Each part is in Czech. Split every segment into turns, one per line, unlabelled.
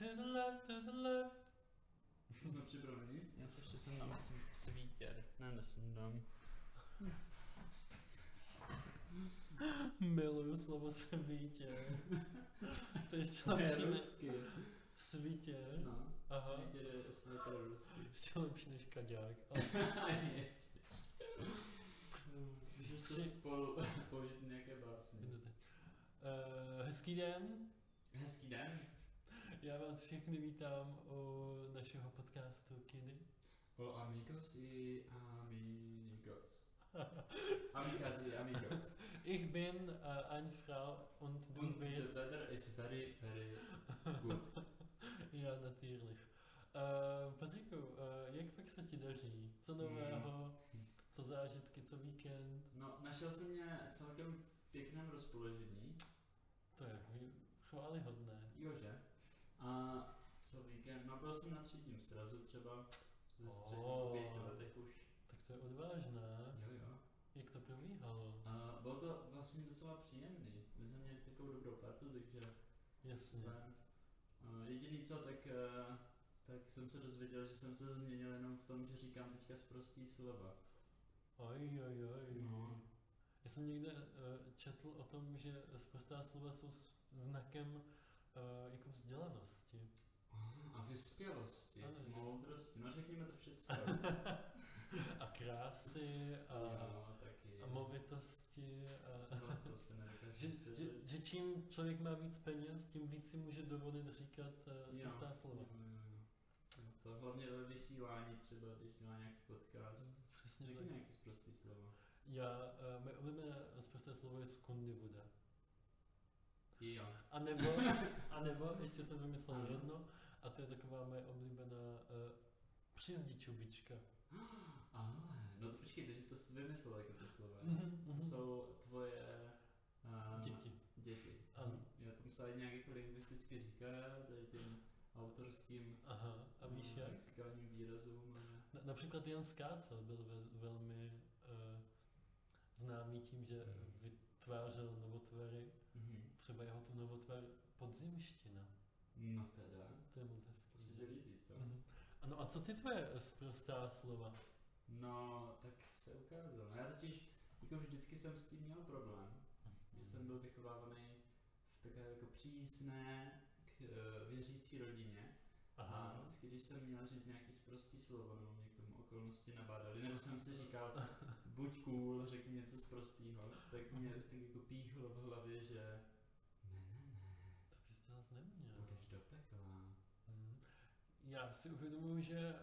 To the left, to the left.
Jsme připraveni?
Já se ještě sundám svítěr. Ne, nesundám.
Miluju slovo svítěr. To ještě
To je
lepší než
rusky.
svítěr.
No,
Aha.
svítěr je světlo rusky.
Ještě lepší než kaďák.
Když jste spolu použít nějaké básně.
Hezký den.
Hezký den.
Já vás všechny vítám u našeho podcastu Kidy.
Hola amigos y amigos. Amigas y amigos.
Ich bin eine Frau und du
Und the
bist...
weather is very, very good.
Ja, natürlich. Patriku, jak pak se ti daří? Co nového? Co zážitky, co víkend?
No, našel jsem mě celkem v pěkném rozpoložení.
To je chválihodné.
Jože. A co víkend? No, byl jsem na třídním srazu třeba ze střední po 5 letech už.
Tak to je odvážné.
Jo.
Jak to probíhalo?
A bylo to vlastně docela příjemný. My jsme měli takovou dobrou partu, takže
Jasně.
jediný co, tak jsem se dozvěděl, že jsem se změnil jenom v tom, že říkám teďka sprostý slova.
Oj.
No.
Já jsem někde četl o tom, že sprostá slova jsou znakem jako vzdělanosti.
A vyspělosti,
Ano, že?
moudrosti, no řekněme to všechno.
A krásy
Jo, taky.
a movitosti.
No, to se nedokáže
Že čím člověk má víc peněz, tím víc si může dovolit říkat sprostá slova.
Jo. To hlavně ve vysílání třeba, když dělá nějaký podcast.
Přesně
Řekni
tak.
nějaký sprostý slovo.
Moje oblíbené sprosté slovo je skundivoda.
Jo.
A nebo ještě jsem vymyslel
Ano.
jedno, a to je taková moje oblíbená přizdičubička.
Ale, no to počkej, takže to jsi vymyslel jako to slovo.
Mhm.
To jsou tvoje děti.
Ano.
Já tomu se nějak jako lingvisticky říká, tady těm autorským
Aha, a víš jak?
lexikálním výrazům.
Například Jan Skácel byl velmi známý tím, že vytvářel novotvary, třeba jeho to novotvar podzimština.
No teda,
To je moc
to
hezký.
se ti líbí, co?
Mhm. Ano, a co ty tvoje sprostá slova?
No, tak se ukázalo. No, já totiž jako vždycky jsem s tím měl problém, že jsem byl vychovávaný v takové jako přísné věřící rodině.
Aha.
A vždycky, když jsem měl říct nějaký sprostý slovo, nebo mě k tomu okolnosti nabádali, nebo jsem si říkal, buď cool, řekni něco sprostýho, tak mě tak jako píchlo v hlavě, že ne,
To bys dělat neměl.
budeš do pekla.
Já si uvědomuji, že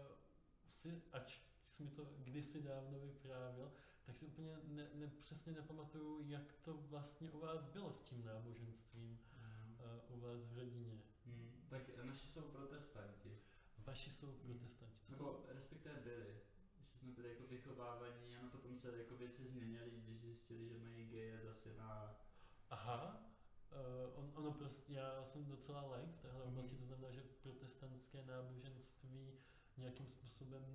ač jsi mi to kdysi dávno vyprávěl, tak si úplně přesně nepamatuju, jak to vlastně u vás bylo s tím náboženstvím u vás v rodině.
Tak naši jsou protestanti.
Vaši jsou protestanti. Co to?
Nebo respektive byli. Že jsme byli jako vychovávaní a potom se jako věci změnily, když zjistili, že mají geje zase na...
Aha. Ono prostě, já jsem docela laik v téhle oblasti, to znamená, že protestantské náboženství nějakým způsobem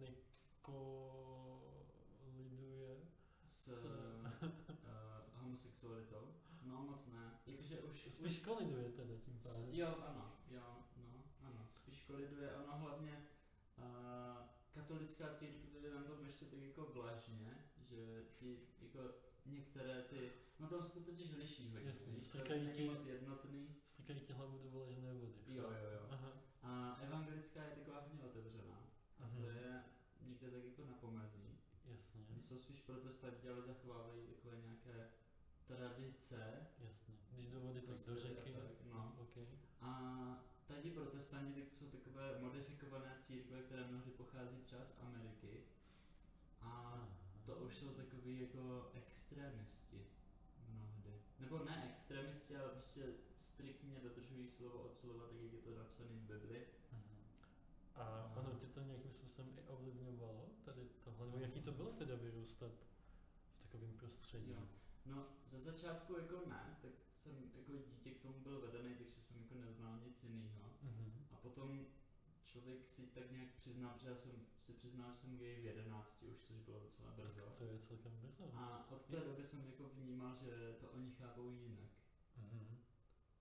nekoliduje
s homosexualitou. No moc ne. Jakože už...
Spíš koliduje teda tím pádem.
Jo, ano. Spíš koliduje, ono hlavně katolická církev je tam tom ještě tak jako vlažně, že ti jako některé ty, no tam se to totiž liší hodně,
Jasně,
víš, to
strkají
není
ti-
moc jednotný.
Strkají ti hlavu do vlažné vody.
Jo.
Aha.
A evangelická je taková hodně otevřená. A to
Mhm.
je někde tak jako na pomezí.
Jasně,
Oni jsou spíš protestanti, ale zachovávají takové nějaké tradice.
jasně. Když do vody, tak do
Kostely a
řeky.
tak, no.
Okay.
A tady protestanti tak jsou takové modifikované církve, které mnohdy pochází třeba z Ameriky. A to už jsou takový jako extremisti mnohdy. Nebo ne extremisti, ale prostě striktně dodržují slovo od slova, tak jak je to napsané v Bibli.
A ono tě to nějakým způsobem i ovlivňovalo, tady tohle, nebo jaký to bylo teda vyrůstat v takovém prostředí?
Jo. No, ze začátku jako ne, tak jsem jako dítě k tomu byl vedený, takže jsem jako neznal nic jiného. A potom člověk si tak nějak přiznal, protože já jsem si přiznal, že jsem gay v 11 už, což bylo docela brzo.
To je celkem brzo.
A od té doby jsem jako vnímal, že to oni chápou jinak.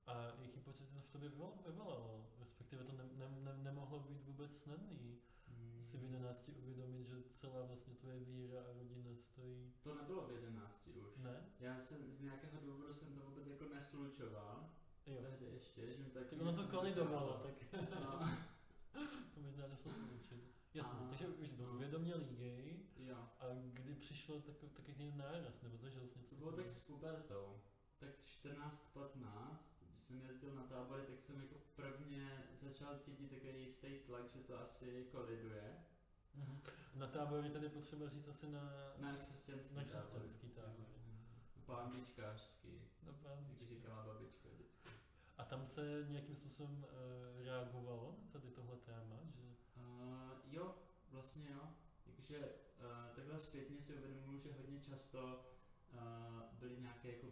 A jaký pocity to v tobě vyvolalo? Respektive to nemohlo být vůbec snadný si v 11 uvědomit, že celá vlastně tvoje víra a rodina stojí.
To nebylo v 11 už.
Ne?
Já jsem z nějakého důvodu jsem to vůbec jako neslučoval.
Jo.
Tehdy ještě, že mi tak...
Tak ono to kolidovalo, tak
No.
to možná nešlo slučit. Jasně,
A-
takže už byl
no.
uvědomělý gay
Jo.
a kdy přišlo takový náraz, nebo zažil jsi něco
To bylo tak
takového?
s pubertou. Tak 14-15, když jsem jezdil na tábory, tak jsem jako prvně začal cítit takový jistý tlak, že to asi koliduje.
Mhm. Na tábory tady potřeba říct asi na
Křesťanský
na
tábory.
křesťanský tábory.
Pánvičkářský,
Na
jak
pánvičky.
říkala babička vždycky.
A tam se nějakým způsobem reagovalo na tady tohle téma, že
Jo, vlastně jo. Jakože takhle zpětně si uvědomuji, že hodně často byly nějaké jako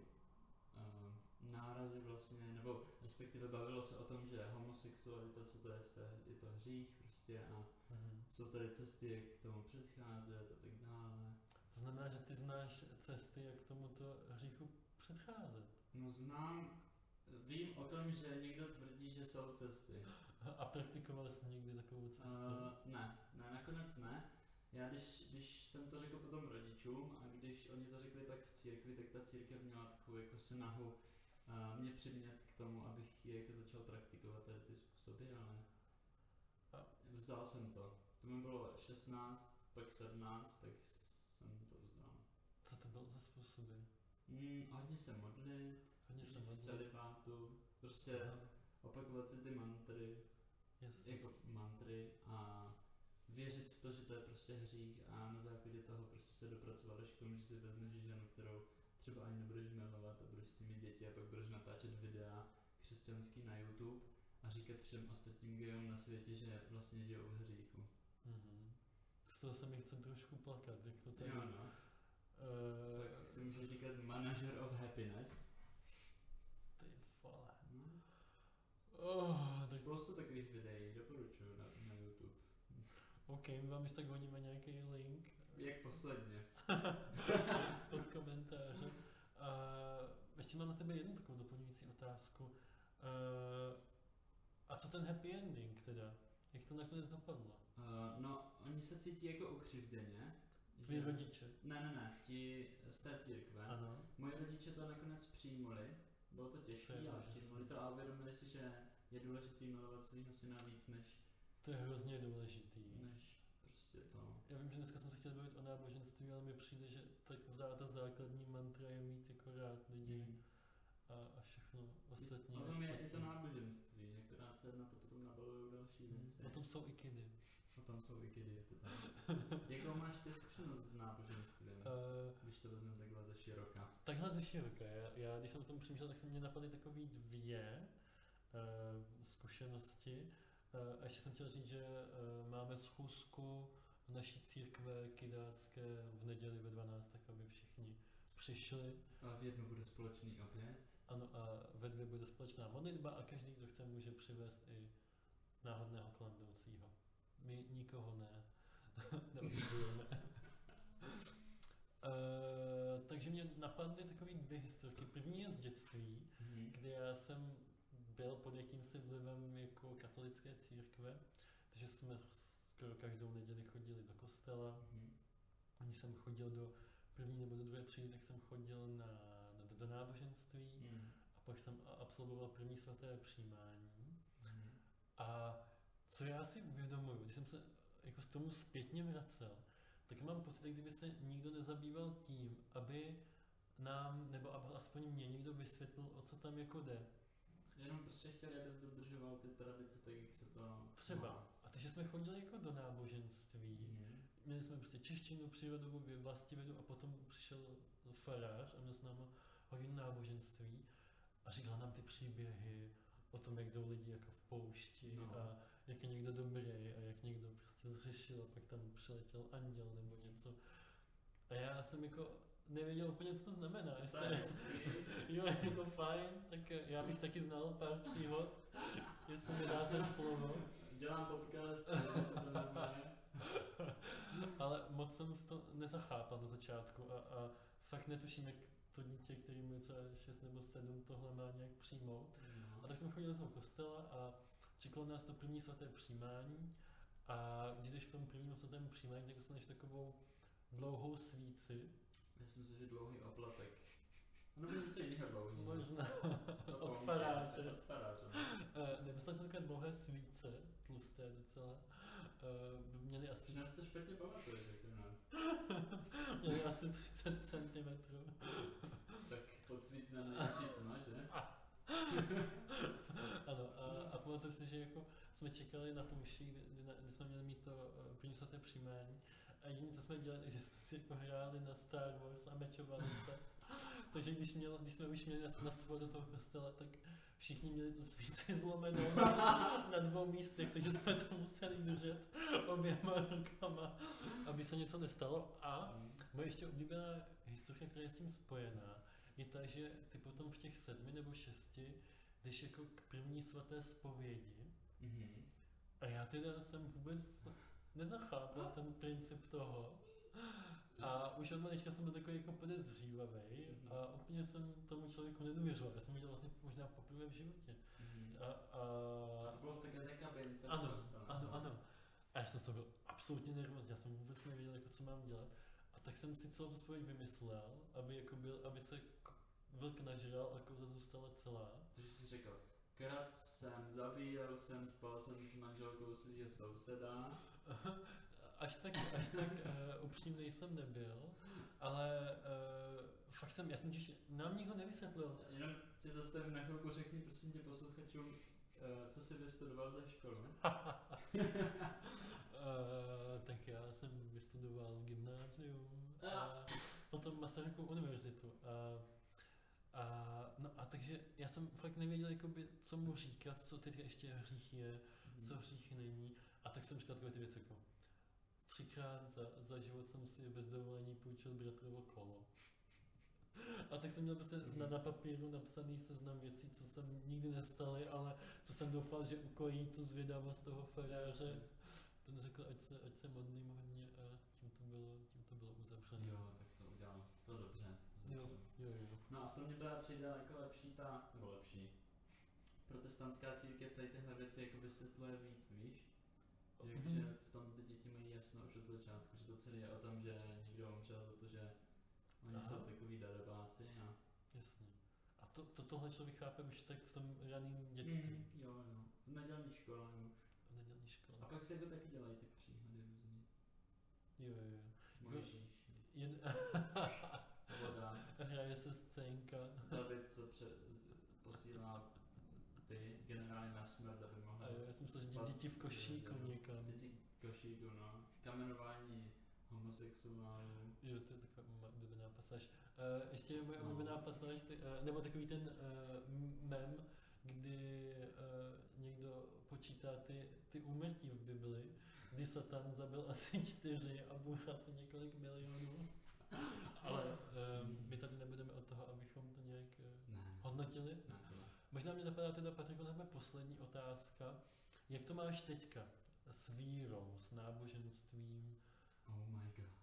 nárazy vlastně, nebo respektive bavilo se o tom, že homosexualita, co to je to hřích prostě a jsou tady cesty, jak k tomu předcházet a tak dále.
to znamená, že ty znáš cesty, jak tomuto hříchu předcházet.
No vím o tom, že někdo tvrdí, že jsou cesty.
A praktikoval jsi někdy takovou cestu?
Ne, nakonec ne. Já když jsem to řekl potom rodičům a když oni to řekli pak v církvi, tak ta církev měla takovou jako snahu mě přimět k tomu, abych je jako začal praktikovat tady ty způsoby, ale vzdal jsem to. To mi bylo 16, pak 17, tak jsem to vzdal.
Co to bylo za způsoby?
Hodně se modlit,
Hodně se
žít v
modlit.
celibátu, prostě
Aha,
opakovat si ty mantry,
jasně.
jako mantry a věřit v to, že to je prostě hřích a na základě toho prostě se dopracovat až k tomu, že si vezmeš ženu, kterou třeba ani nebudeš milovat a budeš s tím mít děti a pak budeš natáčet videa křesťanský na YouTube a říkat všem ostatním gayům na světě, že vlastně žijou v hříchu.
Z toho se mi chce trošku plakat, jak to tady...
Jo, no. Tak si můžu říkat manager of happiness.
Ty vole.
No.
Tak
Spoustu takových videí doporučuju na YouTube.
OK, my vám ještě tak hodíme nějaký link
Jak posledně.
pod komentáře. Ještě mám na tebe jednu takovou doplňující otázku. A co ten happy ending teda? Jak to nakonec dopadlo?
No, oni se cítí jako ukřivděně.
Tví rodiče?
Ne, ti z té církve.
Ano.
Moji rodiče to nakonec přijmuli, bylo to těžké,
To je
ale
úžasné.
přijmuli to a uvědomili si, že je důležitý milovat svého syna víc
To je hrozně důležitý.
než prostě to.
Já vím, že dneska jsme se chtěli bavit o náboženství, ale mi přijde, že ta základní mantra je mít jako rád lidi a všechno ostatní.
O
je
tom je i to
špatný.
náboženství, akorát se na to potom nabalují další věci.
O tom jsou i kidy.
O tom jsou i kidy, je to tak. Jakou máš ty zkušenost s náboženstvím, když to vezmeme takhle ze široka?
Takhle ze široka. Já když jsem o tom přemýšlel, tak se mě napadly takový dvě zkušenosti. A ještě jsem chtěl říct, že máme schůzku naší církve kydácké v neděli ve 12, tak aby všichni přišli.
A v jednu bude společný oběd.
Ano, a ve dvě bude společná modlitba a každý, kdo chce, může přivést i náhodného klandoucího. My nikoho ne. Neobsluhujeme. Takže mě napadly takové dvě historky. První je z dětství, kdy já jsem byl pod jakýmsi vlivem jako katolické církve, takže jsme skoro každou neděli chodili do kostela. Když jsem chodil do první nebo do druhé třídy, tak jsem chodil do náboženství a pak jsem absolvoval první svaté přijímání. A co já si uvědomuji, když jsem se jako s tomu zpětně vracel, tak mám pocit, kdyby se nikdo nezabýval tím, aby nám, nebo aspoň mě někdo vysvětlil, o co tam jako jde.
Jenom prostě chtěli, abys dodržoval ty tradice tak, jak se to
Třeba.
má.
A takže jsme chodili jako do náboženství, měli jsme prostě češtinu, přírodovou vlastivědu a potom přišel farář a měl s námi hodinu náboženství a říkal nám ty příběhy o tom, jak jdou lidi jako v poušti a jak je někdo dobrý a jak někdo prostě zřešil a pak tam přiletěl anděl nebo něco. A já jsem jako nevěděl úplně, co to znamená. Jo, je to fajn, tak já bych taky znal pár příhod, jestli mi dáte slovo.
Dělám podcast, ale se to nebude.
Ale moc jsem to nezachápal na začátku a fakt netuším, jak to dítě, který mu je třeba 6 nebo 7, tohle má nějak přijmout.
No.
A tak jsme chodili do toho kostela a čekalo nás to první svaté přijímání. A když jdeš k tomu prvnímu svatému přijímání, tak dostaneš takovou dlouhou svíci.
Já si myslím, že dlouhý oplatek. Ono bylo něco jiného dlouhý.
Možná
To
od
pomůže
faráře.
asi, od faráře.
Nedostali jsme takové dlouhé svíce, tlusté docela. Měli asi,
Přines to špatně pamatuješ, akorát.
měli asi 30 cm.
Tak pod svíc na největší tma, že?
Ano, a pamatuju si, že jako jsme čekali na tu mši, kdy jsme měli mít to první svaté přijímání. A jediné, co jsme dělali, že jsme si jako hráli na Star Wars a mečovali se. Takže když jsme už měli nastupovat do toho kostela, tak všichni měli tu svíci zlomenou na 2 místech, takže jsme to museli držet oběma rukama, aby se něco nestalo. A moje ještě oblíbená historie, která je s tím spojená, je ta, že ty potom v těch 7 nebo 6 jdeš jako k první svaté zpovědi.
Mhm.
A já teda jsem vůbec nezachápal ten princip toho. A už od malička jsem byl takový jako podezřívavý a úplně jsem tomu člověku nedůvěřoval. Já jsem viděl vlastně možná poprvé v životě.
Mhm.
A
A to bylo v takové té kabince.
ano,
v kostele.
ano. A já jsem z toho byl absolutně nervózní, já jsem vůbec nevěděl, jako, co mám dělat. A tak jsem si celou tu spověď vymyslel, aby se vlk nažral a kouza zůstala celá.
Takže jsi řekl, krát jsem, zabíjel jsem, spal jsem s manželkou svého souseda.
Až tak upřímnej jsem nebyl, ale fakt já jsem těž, nám nikdo nevysvětlil.
Jenom ti zastavím na chvilku, řekni prosím tě posluchačům, co jsi vystudoval za školu.
Tak já jsem vystudoval gymnázium a potom Masarykovu univerzitu. A takže já jsem fakt nevěděl, jakoby, co mu říkat, co teď ještě hřích je, co hřích není. A tak jsem říkal takové ty věci jako 3krát za život jsem si bez dovolení půjčil bratrovo kolo. A tak jsem měl prostě na papíru napsaný seznam věcí, co jsem nikdy nestaly, ale co jsem doufal, že ukojí tu zvědavost toho faráře. Ten řekl, ať se modlím hodně a tím to bylo uzavřené.
Jo, tak to udělal. To dobře.
Jo.
No a v tom mě teda přijde jako lepší nebo lepší. Protestantská církev tady tyhle věci jako vysvětluje víc, víš? Že v tom ty děti mají jasno už od začátku, že to celé je o tom, že někdo umřel za to, že oni jsou takový darebáci a...
Jasně. A tohle člověk chápe už tak v tom raném dětství.
Jo. V nedělní škole už.
V nedělní škole.
A pak se jako taky dělají ty příhody různý.
Jo.
Mojžíš. Voda.
Hraje se scénka.
David, co posílá ty generálně na smrt, aby mohl...
Já jsem myslel, že děti v košíku někam.
Děti v košíku, no. Kamenování homosexuálů.
Jo, to je taková moje oblíbená pasáž. Ještě je moje oblíbená pasáž, nebo takový ten mem, kdy někdo počítá ty úmrtí v Bibli, kdy Satan zabil asi 4 a Bůh asi několik milionů. Ale my tady nebudeme od toho, abychom to nějak hodnotili. Možná mě napadá teda, Patriku, na poslední otázka. Jak to máš teďka s vírou, s náboženstvím?
Oh my god.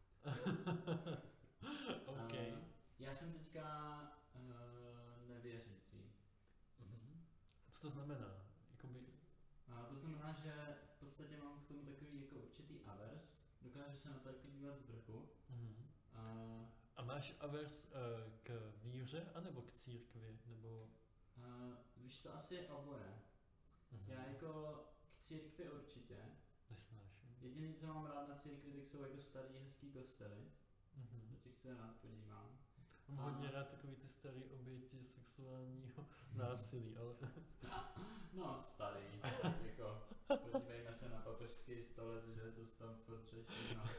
OK.
Já jsem teďka nevěřící.
Co to znamená? Jakoby...
To znamená, že v podstatě mám k tomu takový jako určitý avers. Dokážu se na to jako dívat z vrchu.
A máš avers k víře anebo k církvi? Nebo...
Víš co, asi oboje. Já jako k církvi určitě.
Nesnáším.
Jediný, co mám rád na církvi, tak jsou jako starý hezký kostely. Do těch se rád podívám.
Mám hodně rád takový ty starý oběti sexuálního násilí, ale...
No, starý, jako podívejme se na papežský stolec, že co se tam furt řeší, no.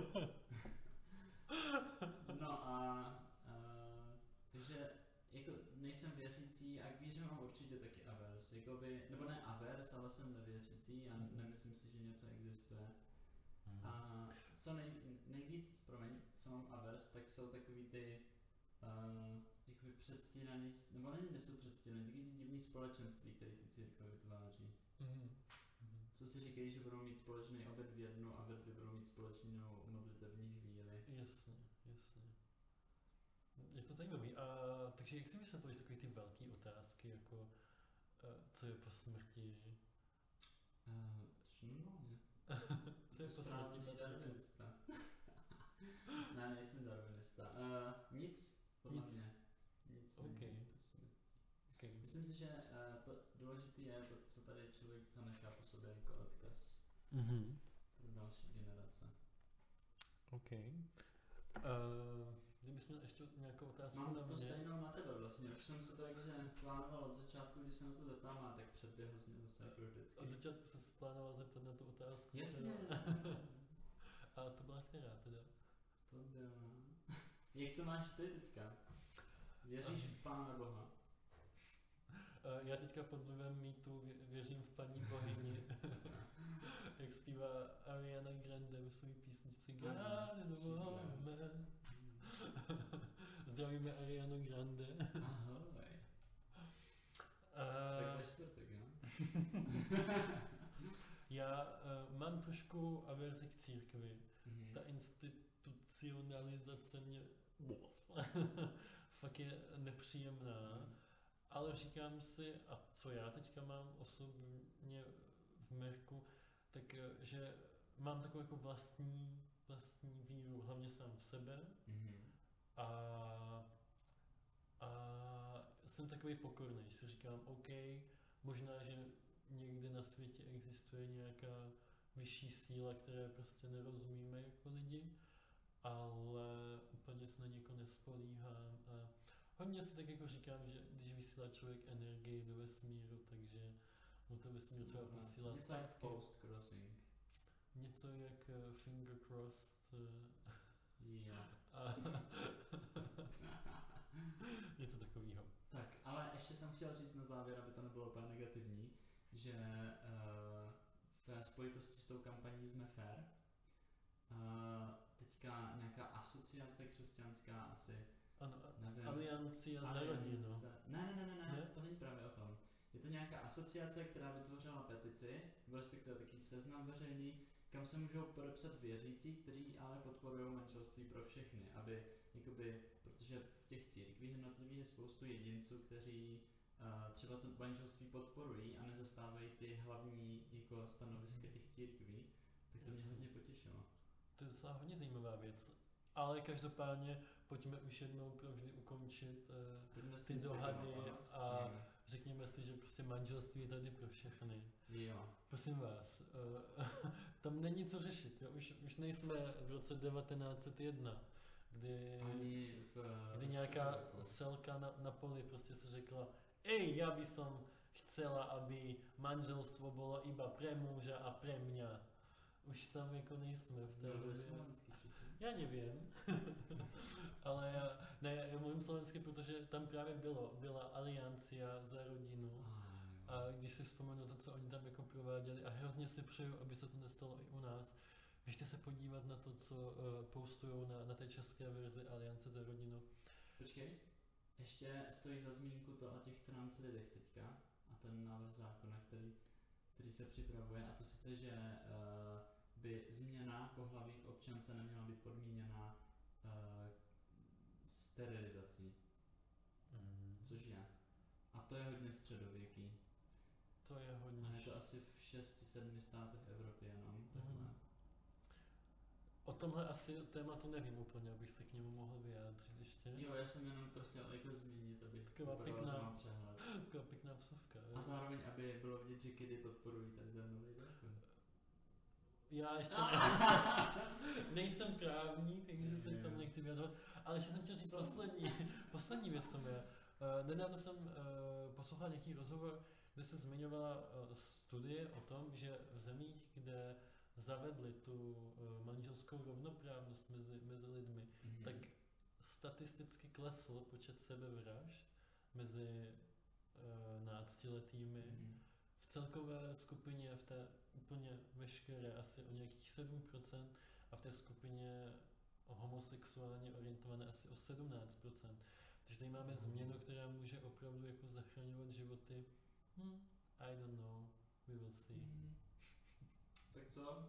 No a takže jako nejsem věřící a k víře mám určitě taky avers, jakoby, nebo ne avers, ale jsem nevěřící a nemyslím si, že něco existuje. A co nejvíc, co mám avers, tak jsou takový ty jakoby předstíraný, nebo nejsou předstíraný, taky ty divný společenství, které ty církve vytváří. Co si říkají, že budou mít společný oběd v jednu a ve dvě budou mít společnou modlitevní chvíli.
Jasně. Jak to to zajímavý. A takže jak si vysvětluješ takové ty velké otázky, jako co je po smrti?
Normálně.
Co je po smrti?
Správný darwinista. Ne, nejsem darwinista. Nic, podle
Nic.
mě. Nic
OK.
není po smrti.
Okay.
Myslím si, že to důležité je to, co tady člověk zanechá po sobě jako odkaz
Mhm.
pro další generace.
OK. Kdybys měl ještě nějakou otázku
Mám
na
to
mě?
stejnou na tebe vlastně. Už jsem se to takže plánoval od začátku, když se na to zeptám, a tak předběhl jsi mě zase jako vždycky.
Od začátku se plánoval zeptat na tu otázku.
Jasně.
A to byla která teda?
To bylo. Jak to máš ty teďka? Věříš v Pána Boha?
Já teďka pod vlivem mýtu věřím v paní bohyni, jak zpívá Ariana Grande ve své písničce God is a woman. Zdravíme Arianu Grande.
Ahoj. Tak ve čtvrtek, jo?
Já mám trošku averzi k církvi.
Mhm.
Ta institucionalizace mě fakt je nepříjemná. Ale říkám si, a co já teďka mám osobně v Merku, tak že mám takovou jako vlastní víru, hlavně sám v sebe.
Mhm.
A jsem takový pokorný, si říkám, OK, možná, že někde na světě existuje nějaká vyšší síla, které prostě nerozumíme jako lidi, ale úplně se na někoho nespolíhám a hodně si tak jako říkám, že když vysílá člověk energii do vesmíru, takže mu to vesmír třeba posílá
Něco jak
zpátky.
post-crossing.
Něco jak finger crossed.
Jo.
A něco takového.
Tak, ale ještě jsem chtěl říct na závěr, aby to nebylo úplně negativní, že ve spojitosti s tou kampaní Jsme fair, teďka nějaká asociace křesťanská asi,
Ano,
nevím.
Aliancia za rodinu.
Ne, to není právě o tom. Je to nějaká asociace, která vytvořila petici, nebo respektive takový seznam veřejný, kam se můžou podepsat věřící, kteří ale podporují manželství pro všechny, aby, jakoby, protože v těch církvích jednotlivých je spoustu jedinců, kteří třeba to manželství podporují a nezastávají ty hlavní jako stanoviska těch církví, tak to mě hodně potěšilo.
To je docela hodně zajímavá věc. Ale každopádně pojďme už jednou provždy ukončit ty dohady a řekněme si, že prostě manželství je tady pro všechny.
Jo.
Prosím vás, tam není co řešit, jo? Už nejsme v roce 1901, kdy nějaká selka na poli prostě se řekla, já by som chcela, aby manželstvo bylo iba pre muža a pre mňa. Už tam jako nejsme v té době. Já nevím, ale já mluvím slovensky, protože tam právě byla Aliancia za rodinu. A když si vzpomenu to, co oni tam jako prováděli, a hrozně si přeju, aby se to nestalo i u nás, běžte se podívat na to, co postujou na té české verzi Aliance za rodinu.
Počkej, ještě stojí za zmínku to o těch trans lidech teďka a ten návrh zákona, který se připravuje, a to sice, že by změna pohlaví v občance neměla být podmíněna sterilizací, což je. A to je hodně středověký.
To je hodně.
A je to asi v 6-7 státech Evropy jenom. Takhle.
O tomhle asi tématu nevím úplně, abych se k němu mohl vyjádřit ještě.
Jo, já jsem jenom to chtěl jako zmínit, aby
Taková
vypadalo, že mám přehled.
Taková pěkná vsuvka.
A zároveň, aby bylo vidět, že kidy podporují tady ten nový zákon.
Já ještě nejsem právník, takže se k tomu nechci vyjadřovat, ale ještě jsem chtěl říct poslední věc tomu je. Nedávno jsem poslouchal nějaký rozhovor, kde se zmiňovala studie o tom, že v zemích, kde zavedli tu manželskou rovnoprávnost mezi lidmi, tak statisticky klesl počet sebevražd mezi náctiletými. V celkové skupině, v té úplně veškeré, asi o nějakých 7%, a v té skupině homosexuálně orientované asi o 17%. Takže tady máme změnu, která může opravdu jako zachraňovat životy. I don't know, we will see.
Tak co?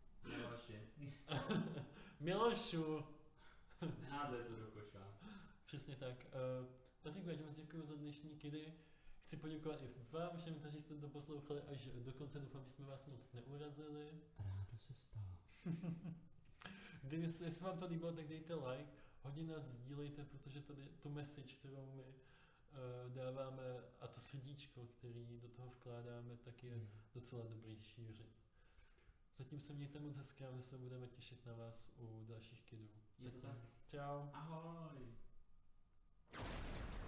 Miloši.
Milošu!
Neházej to do koša.
Přesně tak. Patriku, já ti moc děkuji za dnešní kidy. Chci poděkovat i vám všem, kteří jste to poslouchali až do konce. Doufám, že jsme vás moc neurazili.
Rádo se stalo.
Jestli se vám to líbilo, tak dejte like. Hodně nás sdílejte, protože tady tu message, kterou my dáváme, a to srdíčko, který do toho vkládáme, tak je docela dobrý šířit. Zatím se mějte moc hezky a my se budeme těšit na vás u dalších kidů.
Je to tak?
Čau.
Ahoj.